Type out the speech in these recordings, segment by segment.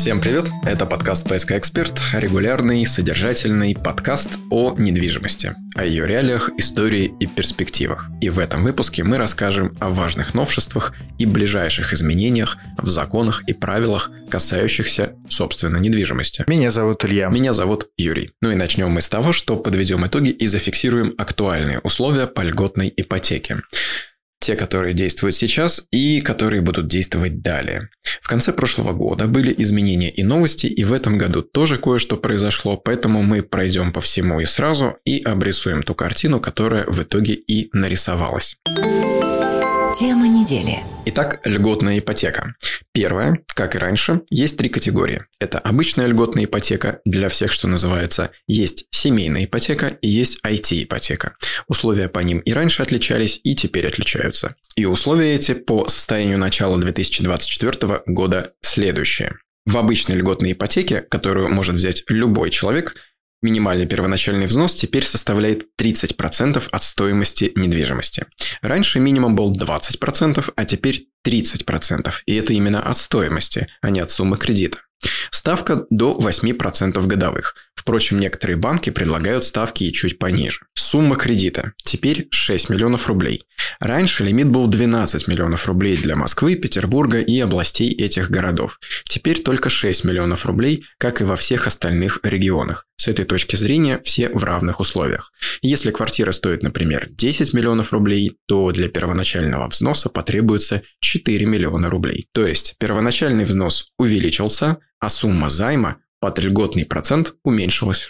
Всем привет, это подкаст «ПСК Эксперт», регулярный, содержательный подкаст о недвижимости, о ее реалиях, истории и перспективах. И в этом выпуске мы расскажем о важных новшествах и ближайших изменениях в законах и правилах, касающихся, собственно, недвижимости. Меня зовут Илья. Меня зовут Юрий. Ну и начнем мы с того, что подведем итоги и зафиксируем актуальные условия по льготной ипотеке. Те, которые действуют сейчас и которые будут действовать далее. В конце прошлого года были изменения и новости, и в этом году тоже кое-что произошло, поэтому мы пройдем по всему и сразу и обрисуем ту картину, которая в итоге и нарисовалась. Тема недели. Итак, льготная ипотека. Первое, как и раньше, есть три категории. Это обычная льготная ипотека, для всех, что называется, есть семейная ипотека и есть IT-ипотека. Условия по ним и раньше отличались, и теперь отличаются. И условия эти по состоянию начала 2024 года следующие. В обычной льготной ипотеке, которую может взять любой человек, минимальный первоначальный взнос теперь составляет 30% от стоимости недвижимости. Раньше минимум был 20%, а теперь 30%. И это именно от стоимости, а не от суммы кредита. Ставка до 8% годовых. Впрочем, некоторые банки предлагают ставки и чуть пониже. Сумма кредита теперь 6 миллионов рублей. Раньше лимит был 12 миллионов рублей для Москвы, Петербурга и областей этих городов. Теперь только 6 миллионов рублей, как и во всех остальных регионах. С этой точки зрения все в равных условиях. Если квартира стоит, например, 10 миллионов рублей, то для первоначального взноса потребуется 4 миллиона рублей. То есть первоначальный взнос увеличился, а сумма займа под льготный процент уменьшилась.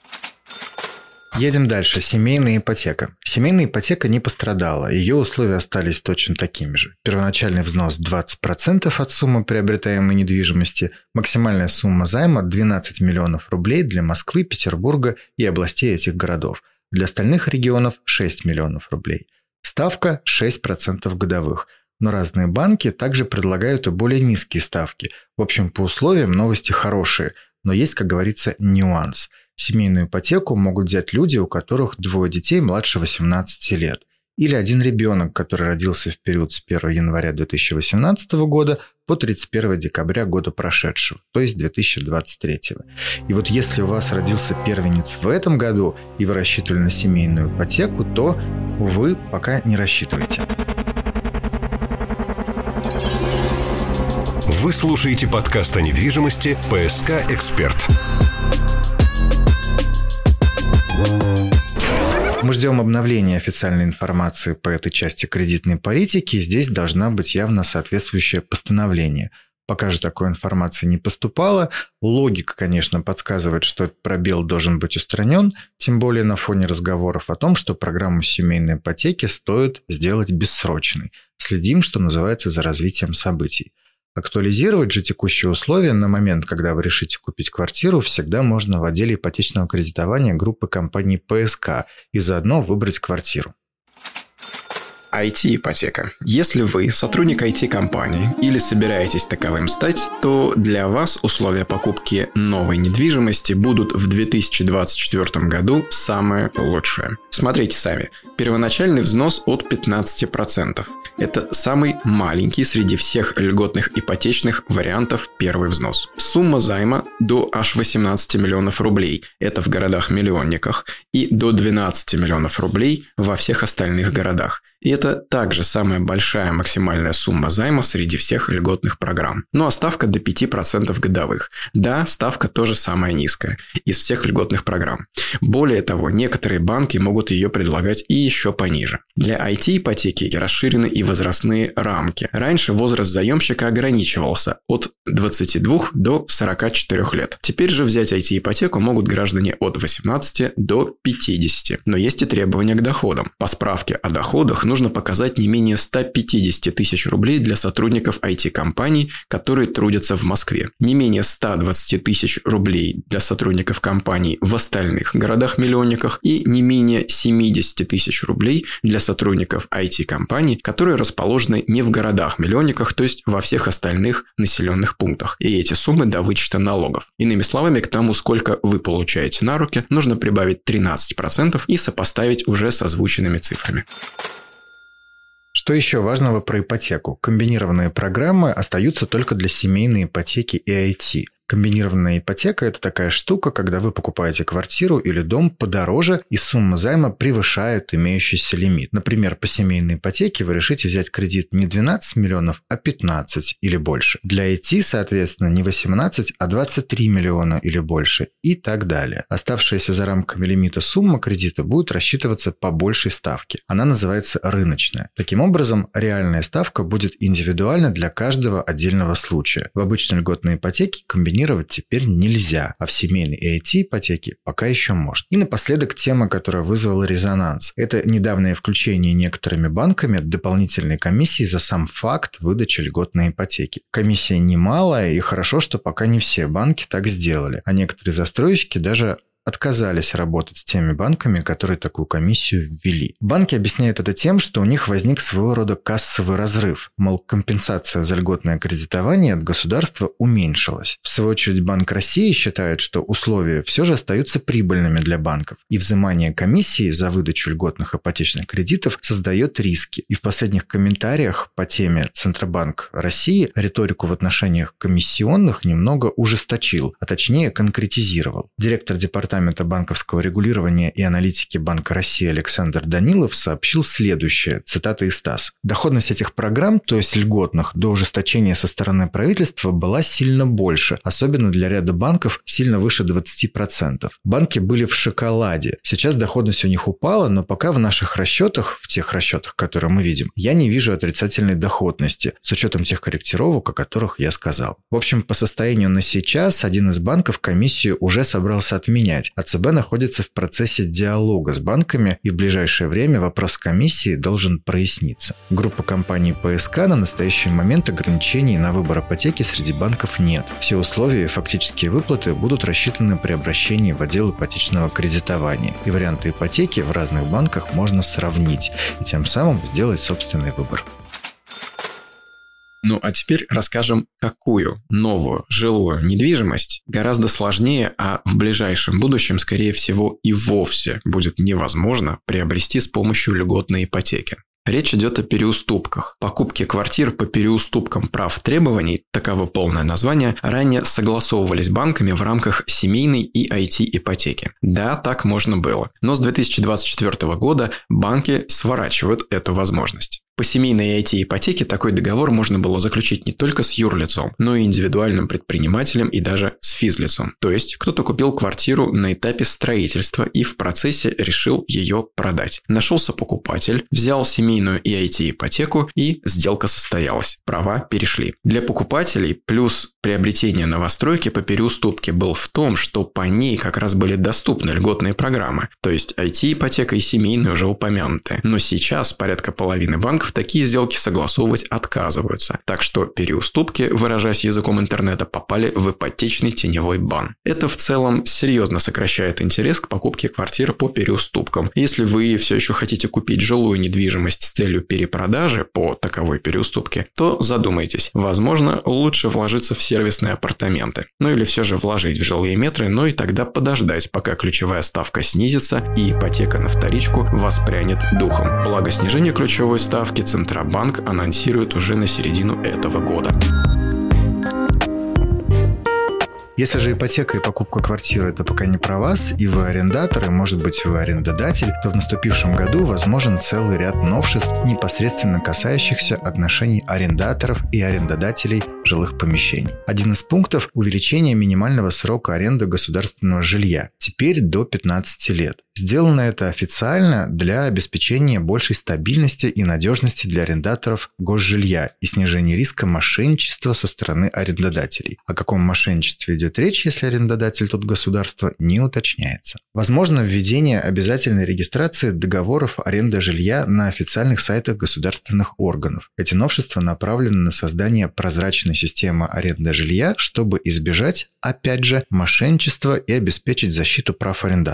Едем дальше. Семейная ипотека. Семейная ипотека не пострадала. Ее условия остались точно такими же. Первоначальный взнос 20% от суммы приобретаемой недвижимости. Максимальная сумма займа 12 миллионов рублей для Москвы, Петербурга и областей этих городов. Для остальных регионов 6 миллионов рублей. Ставка 6% годовых. Но разные банки также предлагают и более низкие ставки. В общем, по условиям новости хорошие. Но есть, как говорится, нюанс. Семейную ипотеку могут взять люди, у которых двое детей младше 18 лет. Или один ребенок, который родился в период с 1 января 2018 года по 31 декабря года прошедшего, то есть 2023. И вот если у вас родился первенец в этом году, и вы рассчитывали на семейную ипотеку, то вы пока не рассчитываете. Вы слушаете подкаст о недвижимости «ПСК Эксперт». Мы ждем обновления официальной информации по этой части кредитной политики. Здесь должна быть явно соответствующее постановление. Пока же такой информации не поступало. Логика, конечно, подсказывает, что этот пробел должен быть устранен, тем более на фоне разговоров о том, что программу семейной ипотеки стоит сделать бессрочной. Следим, что называется, за развитием событий. Актуализировать же текущие условия на момент, когда вы решите купить квартиру, всегда можно в отделе ипотечного кредитования группы компаний ПСК и заодно выбрать квартиру. IT-ипотека. Если вы сотрудник IT-компании или собираетесь таковым стать, то для вас условия покупки новой недвижимости будут в 2024 году самые лучшие. Смотрите сами. Первоначальный взнос от 15%. Это самый маленький среди всех льготных ипотечных вариантов первый взнос. Сумма займа до аж 18 миллионов рублей. Это в городах-миллионниках. И до 12 миллионов рублей во всех остальных городах. И это также самая большая максимальная сумма займа среди всех льготных программ. Ну а ставка до 5% годовых. Да, ставка тоже самая низкая из всех льготных программ. Более того, некоторые банки могут ее предлагать и еще пониже. Для IT-ипотеки расширены и возрастные рамки. Раньше возраст заемщика ограничивался от 22 до 44 лет. Теперь же взять IT-ипотеку могут граждане от 18 до 50. Но есть и требования к доходам. По справке о доходах нужно показать не менее 150 тысяч рублей для сотрудников IT-компаний, которые трудятся в Москве. Не менее 120 тысяч рублей для сотрудников компаний в остальных городах-миллионниках и не менее 70 тысяч рублей для сотрудников IT-компаний, которые расположены не в городах-миллионниках, то есть во всех остальных населенных пунктах. И эти суммы до вычета налогов. Иными словами, к тому, сколько вы получаете на руки, нужно прибавить 13% и сопоставить уже с озвученными цифрами. Что еще важного про ипотеку? Комбинированные программы остаются только для семейной ипотеки и IT. Комбинированная ипотека – это такая штука, когда вы покупаете квартиру или дом подороже, и сумма займа превышает имеющийся лимит. Например, по семейной ипотеке вы решите взять кредит не 12 миллионов, а 15 или больше. Для IT, соответственно, не 18, а 23 миллиона или больше и так далее. Оставшаяся за рамками лимита сумма кредита будет рассчитываться по большей ставке. Она называется рыночная. Таким образом, реальная ставка будет индивидуальна для каждого отдельного случая. В обычной льготной ипотеке комбинировать теперь нельзя, а в семейной и IT-ипотеке пока еще можно. И напоследок тема, которая вызвала резонанс. Это недавнее включение некоторыми банками дополнительной комиссии за сам факт выдачи льготной ипотеки. Комиссия немалая, и хорошо, что пока не все банки так сделали, а некоторые застройщики даже отказались работать с теми банками, которые такую комиссию ввели. Банки объясняют это тем, что у них возник своего рода кассовый разрыв. Мол, компенсация за льготное кредитование от государства уменьшилась. В свою очередь Банк России считает, что условия все же остаются прибыльными для банков, и взимание комиссии за выдачу льготных ипотечных кредитов создает риски. И в последних комментариях по теме Центробанк России риторику в отношениях комиссионных немного ужесточил, а точнее конкретизировал. Директор департамента банковского регулирования и аналитики Банка России Александр Данилов сообщил следующее, цитата из ТАСС. Доходность этих программ, то есть льготных, до ужесточения со стороны правительства была сильно больше, особенно для ряда банков сильно выше 20%. Банки были в шоколаде. Сейчас доходность у них упала, но пока в наших расчетах, в тех расчетах, которые мы видим, я не вижу отрицательной доходности, с учетом тех корректировок, о которых я сказал. В общем, по состоянию на сейчас один из банков комиссию уже собрался отменять, а ЦБ находится в процессе диалога с банками, и в ближайшее время вопрос комиссии должен проясниться. Группа компаний ПСК на настоящий момент ограничений на выбор ипотеки среди банков нет. Все условия и фактические выплаты будут рассчитаны при обращении в отдел ипотечного кредитования, и варианты ипотеки в разных банках можно сравнить и тем самым сделать собственный выбор. Ну а теперь расскажем, какую новую жилую недвижимость гораздо сложнее, а в ближайшем будущем, скорее всего, и вовсе будет невозможно приобрести с помощью льготной ипотеки. Речь идет о переуступках. Покупки квартир по переуступкам прав требований, таково полное название, ранее согласовывались банками в рамках семейной и IT-ипотеки. Да, так можно было. Но с 2024 года банки сворачивают эту возможность. По семейной IT-ипотеке такой договор можно было заключить не только с юрлицом, но и индивидуальным предпринимателем и даже с физлицом. То есть кто-то купил квартиру на этапе строительства и в процессе решил ее продать. Нашелся покупатель, взял семейную и IT-ипотеку, и сделка состоялась. Права перешли. Для покупателей плюс приобретения новостройки по переуступке был в том, что по ней как раз были доступны льготные программы. То есть IT-ипотека и семейная уже упомянутые. Но сейчас порядка половины банков такие сделки согласовывать отказываются. Так что переуступки, выражаясь языком интернета, попали в ипотечный теневой бан. Это в целом серьезно сокращает интерес к покупке квартир по переуступкам. Если вы все еще хотите купить жилую недвижимость с целью перепродажи по таковой переуступке, то задумайтесь. Возможно, лучше вложиться в сервисные апартаменты. Ну или все же вложить в жилые метры, но и тогда подождать, пока ключевая ставка снизится и ипотека на вторичку воспрянет духом. Благо снижение ключевой ставки Центробанк анонсирует уже на середину этого года. Если же ипотека и покупка квартиры – это пока не про вас, и вы арендатор, и, может быть, вы арендодатель, то в наступившем году возможен целый ряд новшеств, непосредственно касающихся отношений арендаторов и арендодателей жилых помещений. Один из пунктов – увеличение минимального срока аренды государственного жилья, теперь до 15 лет. Сделано это официально для обеспечения большей стабильности и надежности для арендаторов госжилья и снижения риска мошенничества со стороны арендодателей. О каком мошенничестве идет речь, если арендодатель тут государство, не уточняется. Возможно введение обязательной регистрации договоров аренды жилья на официальных сайтах государственных органов. Эти новшества направлены на создание прозрачной системы аренды жилья, чтобы избежать, опять же, мошенничества и обеспечить защиту прав арендаторов.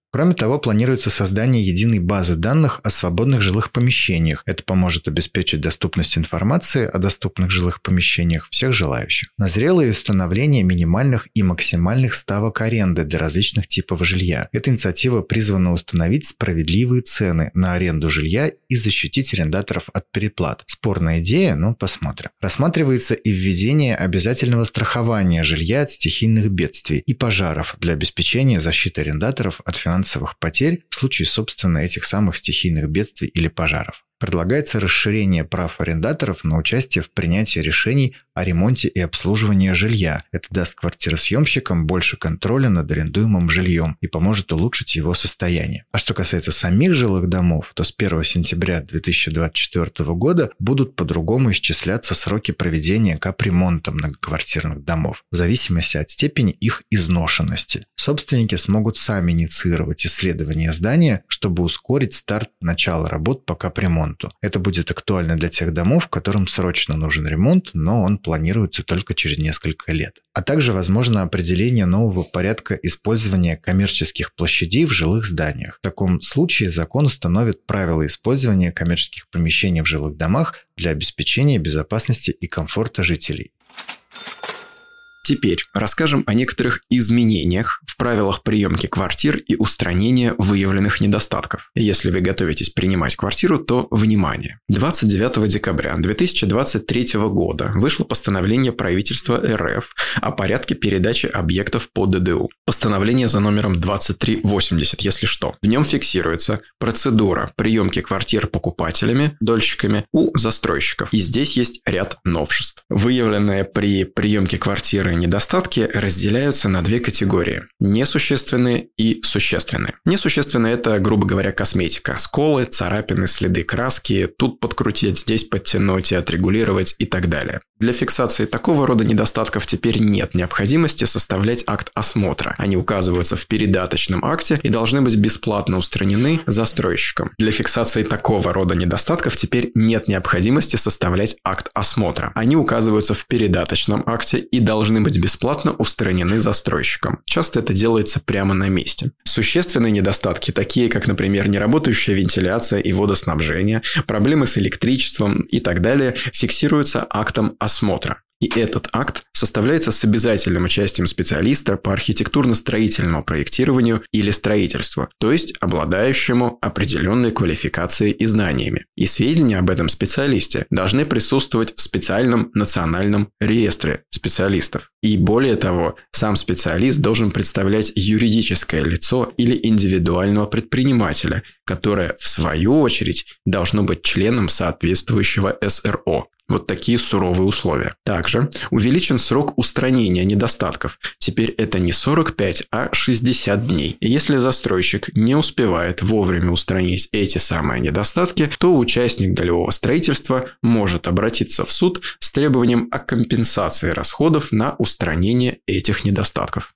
Кроме того, планируется создание единой базы данных о свободных жилых помещениях. Это поможет обеспечить доступность информации о доступных жилых помещениях всех желающих. Назрело и установление минимальных и максимальных ставок аренды для различных типов жилья. Эта инициатива призвана установить справедливые цены на аренду жилья и защитить арендаторов от переплат. Спорная идея, но посмотрим. Рассматривается и введение обязательного страхования жилья от стихийных бедствий и пожаров для обеспечения защиты арендаторов от финансовых потерь в случае, собственно, этих самых стихийных бедствий или пожаров. Предлагается расширение прав арендаторов на участие в принятии решений о ремонте и обслуживании жилья. Это даст квартиросъемщикам больше контроля над арендуемым жильем и поможет улучшить его состояние. А что касается самих жилых домов, то с 1 сентября 2024 года будут по-другому исчисляться сроки проведения капремонта многоквартирных домов в зависимости от степени их изношенности. Собственники смогут сами инициировать исследование здания, чтобы ускорить старт начала работ по капремонту. Это будет актуально для тех домов, которым срочно нужен ремонт, но он планируется только через несколько лет. А также возможно определение нового порядка использования коммерческих площадей в жилых зданиях. В таком случае закон установит правила использования коммерческих помещений в жилых домах для обеспечения безопасности и комфорта жителей. Теперь расскажем о некоторых изменениях в правилах приемки квартир и устранения выявленных недостатков. Если вы готовитесь принимать квартиру, то внимание! 29 декабря 2023 года вышло постановление правительства РФ о порядке передачи объектов по ДДУ. Постановление за номером 2380, если что. В нем фиксируется процедура приемки квартир покупателями, дольщиками у застройщиков. И здесь есть ряд новшеств. Выявленные при приемке квартиры недостатки разделяются на две категории – несущественные и существенные. Несущественные – это, грубо говоря, косметика. Сколы, царапины, следы краски, тут подкрутить, здесь подтянуть и отрегулировать и так далее. Для фиксации такого рода недостатков теперь нет необходимости составлять акт осмотра. Они указываются в передаточном акте и должны быть бесплатно устранены застройщиком. Для фиксации такого рода недостатков теперь нет необходимости составлять акт осмотра. Они указываются в передаточном акте и должны быть бесплатно устранены застройщиком. Часто это делается прямо на месте. Существенные недостатки, такие как, например, неработающая вентиляция и водоснабжение, проблемы с электричеством и так далее, фиксируются актом осмотра. И этот акт составляется с обязательным участием специалиста по архитектурно-строительному проектированию или строительству, то есть обладающему определенной квалификацией и знаниями. И сведения об этом специалисте должны присутствовать в специальном национальном реестре специалистов. И более того, сам специалист должен представлять юридическое лицо или индивидуального предпринимателя, которое, в свою очередь, должно быть членом соответствующего СРО. Вот такие суровые условия. Также увеличен срок устранения недостатков. Теперь это не 45, а 60 дней. И если застройщик не успевает вовремя устранить эти самые недостатки, то участник долевого строительства может обратиться в суд с требованием о компенсации расходов на устранение этих недостатков.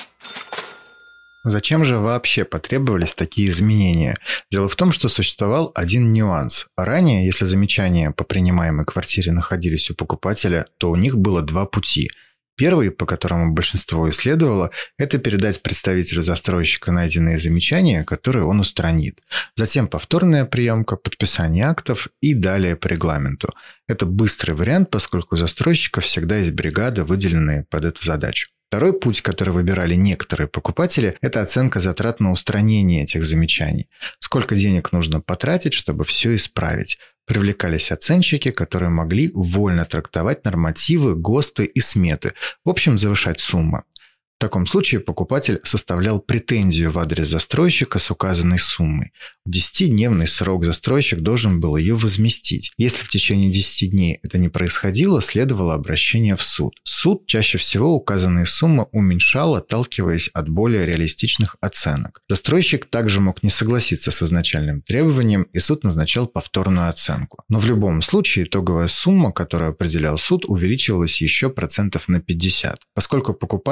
Зачем же вообще потребовались такие изменения? Дело в том, что существовал один нюанс. Ранее, если замечания по принимаемой квартире находились у покупателя, то у них было два пути. Первый, по которому большинство исследовало, это передать представителю застройщика найденные замечания, которые он устранит. Затем повторная приемка, подписание актов и далее по регламенту. Это быстрый вариант, поскольку у застройщика всегда есть бригада, выделенная под эту задачу. Второй путь, который выбирали некоторые покупатели, это оценка затрат на устранение этих замечаний. Сколько денег нужно потратить, чтобы все исправить. Привлекались оценщики, которые могли вольно трактовать нормативы, ГОСТы и сметы. В общем, завышать суммы. В таком случае покупатель составлял претензию в адрес застройщика с указанной суммой. В 10-дневный срок застройщик должен был ее возместить. Если в течение 10 дней это не происходило, следовало обращение в суд. Суд чаще всего указанные суммы уменьшал, отталкиваясь от более реалистичных оценок. Застройщик также мог не согласиться с изначальным требованием, и суд назначал повторную оценку. Но в любом случае итоговая сумма, которую определял суд, увеличивалась еще процентов на 50, поскольку покупатель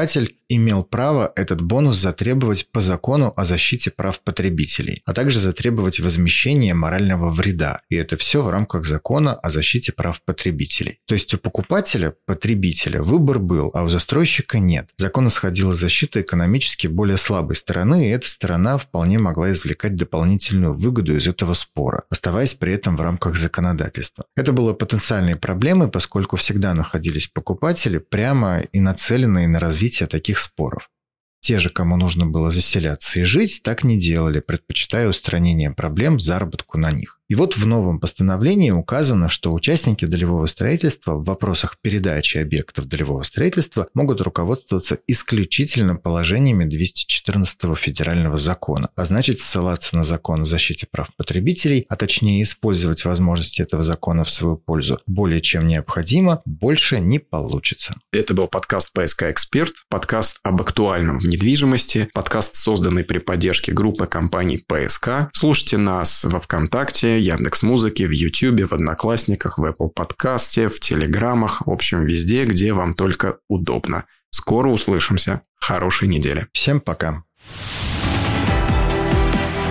имел право этот бонус затребовать по закону о защите прав потребителей, а также затребовать возмещение морального вреда. И это все в рамках закона о защите прав потребителей. То есть у покупателя, потребителя, выбор был, а у застройщика нет. Закон исходил из защиты экономически более слабой стороны, и эта сторона вполне могла извлекать дополнительную выгоду из этого спора, оставаясь при этом в рамках законодательства. Это было потенциальной проблемой, поскольку всегда находились покупатели, прямо и нацеленные на развитие таких споров. Те же, кому нужно было заселяться и жить, так не делали, предпочитая устранение проблем заработку на них. И вот в новом постановлении указано, что участники долевого строительства в вопросах передачи объектов долевого строительства могут руководствоваться исключительно положениями 214 федерального закона, а значит ссылаться на закон о защите прав потребителей, а точнее использовать возможности этого закона в свою пользу более чем необходимо, больше не получится. Это был подкаст «ПСК Эксперт», подкаст об актуальном в недвижимости, подкаст, созданный при поддержке группы компаний ПСК. Слушайте нас во ВКонтакте, Яндекс.Музыке, в Ютубе, в Одноклассниках, в Apple подкасте, в Телеграмах, в общем, везде, где вам только удобно. Скоро услышимся. Хорошей недели. Всем пока.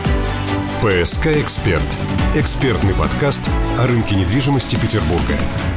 ПСК Эксперт. Экспертный подкаст о рынке недвижимости Петербурга.